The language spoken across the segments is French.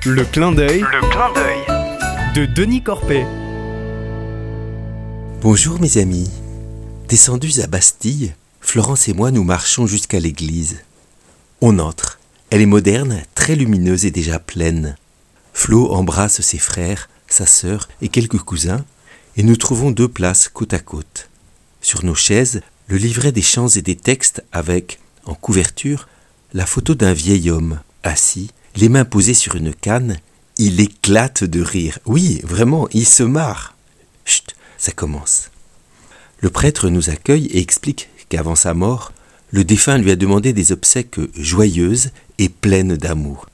Le clin d'œil de Denis Corpet. Bonjour mes amis. Descendus à Bastille, Florence et moi nous marchons jusqu'à l'église. On entre. Elle est moderne, très lumineuse et déjà pleine. Flo embrasse ses frères, sa sœur et quelques cousins, et nous trouvons 2 places côte à côte. Sur nos chaises, le livret des chants et des textes avec, en couverture, la photo d'un vieil homme, assis, les mains posées sur une canne. Il éclate de rire. Oui, vraiment, il se marre. Chut, ça commence. Le prêtre nous accueille et explique qu'avant sa mort, le défunt lui a demandé des obsèques joyeuses et pleines d'amour.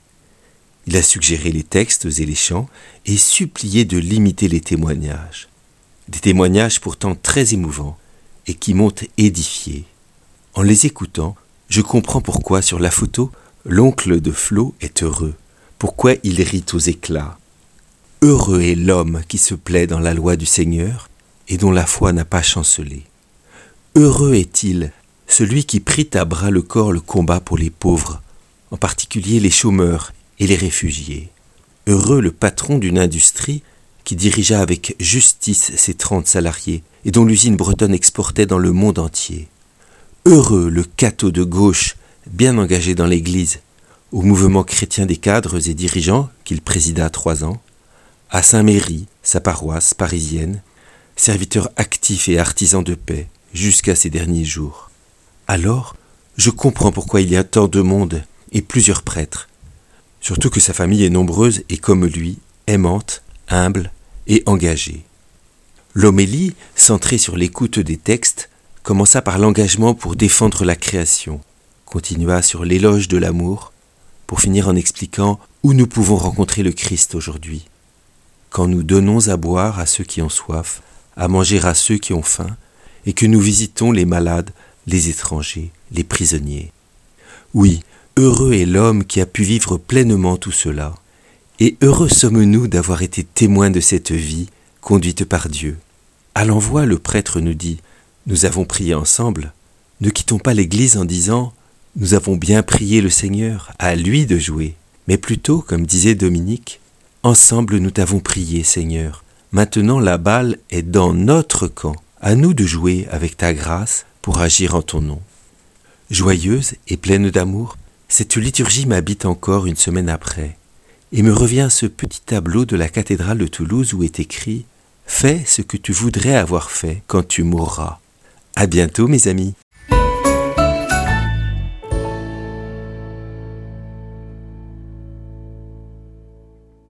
Il a suggéré les textes et les chants et supplié de limiter les témoignages. Des témoignages pourtant très émouvants et qui m'ont édifié. En les écoutant, je comprends pourquoi sur la photo, l'oncle de Flo est heureux. Pourquoi il rit aux éclats. Heureux est l'homme qui se plaît dans la loi du Seigneur et dont la foi n'a pas chancelé. Heureux est-il celui qui prit à bras le corps le combat pour les pauvres, en particulier les chômeurs et les réfugiés. Heureux le patron d'une industrie qui dirigea avec justice ses 30 salariés et dont l'usine bretonne exportait dans le monde entier. Heureux le cateau de gauche bien engagé dans l'Église, au mouvement chrétien des cadres et dirigeants qu'il présida 3 ans, à Saint-Méry, sa paroisse parisienne, serviteur actif et artisan de paix jusqu'à ses derniers jours. Alors, je comprends pourquoi il y a tant de monde et plusieurs prêtres, surtout que sa famille est nombreuse et comme lui, aimante, humble et engagée. L'homélie, centrée sur l'écoute des textes, commença par l'engagement pour défendre la création, continua sur l'éloge de l'amour, pour finir en expliquant où nous pouvons rencontrer le Christ aujourd'hui. Quand nous donnons à boire à ceux qui ont soif, à manger à ceux qui ont faim, et que nous visitons les malades, les étrangers, les prisonniers. Oui, heureux est l'homme qui a pu vivre pleinement tout cela, et heureux sommes-nous d'avoir été témoins de cette vie conduite par Dieu. À l'envoi, le prêtre nous dit « Nous avons prié ensemble, ne quittons pas l'église en disant « Nous avons bien prié le Seigneur, à lui de jouer », mais plutôt, comme disait Dominique, « Ensemble nous t'avons prié, Seigneur, maintenant la balle est dans notre camp, à nous de jouer avec ta grâce pour agir en ton nom. » Joyeuse et pleine d'amour, cette liturgie m'habite encore une semaine après, et me revient ce petit tableau de la cathédrale de Toulouse où est écrit « Fais ce que tu voudrais avoir fait quand tu mourras ». À bientôt mes amis.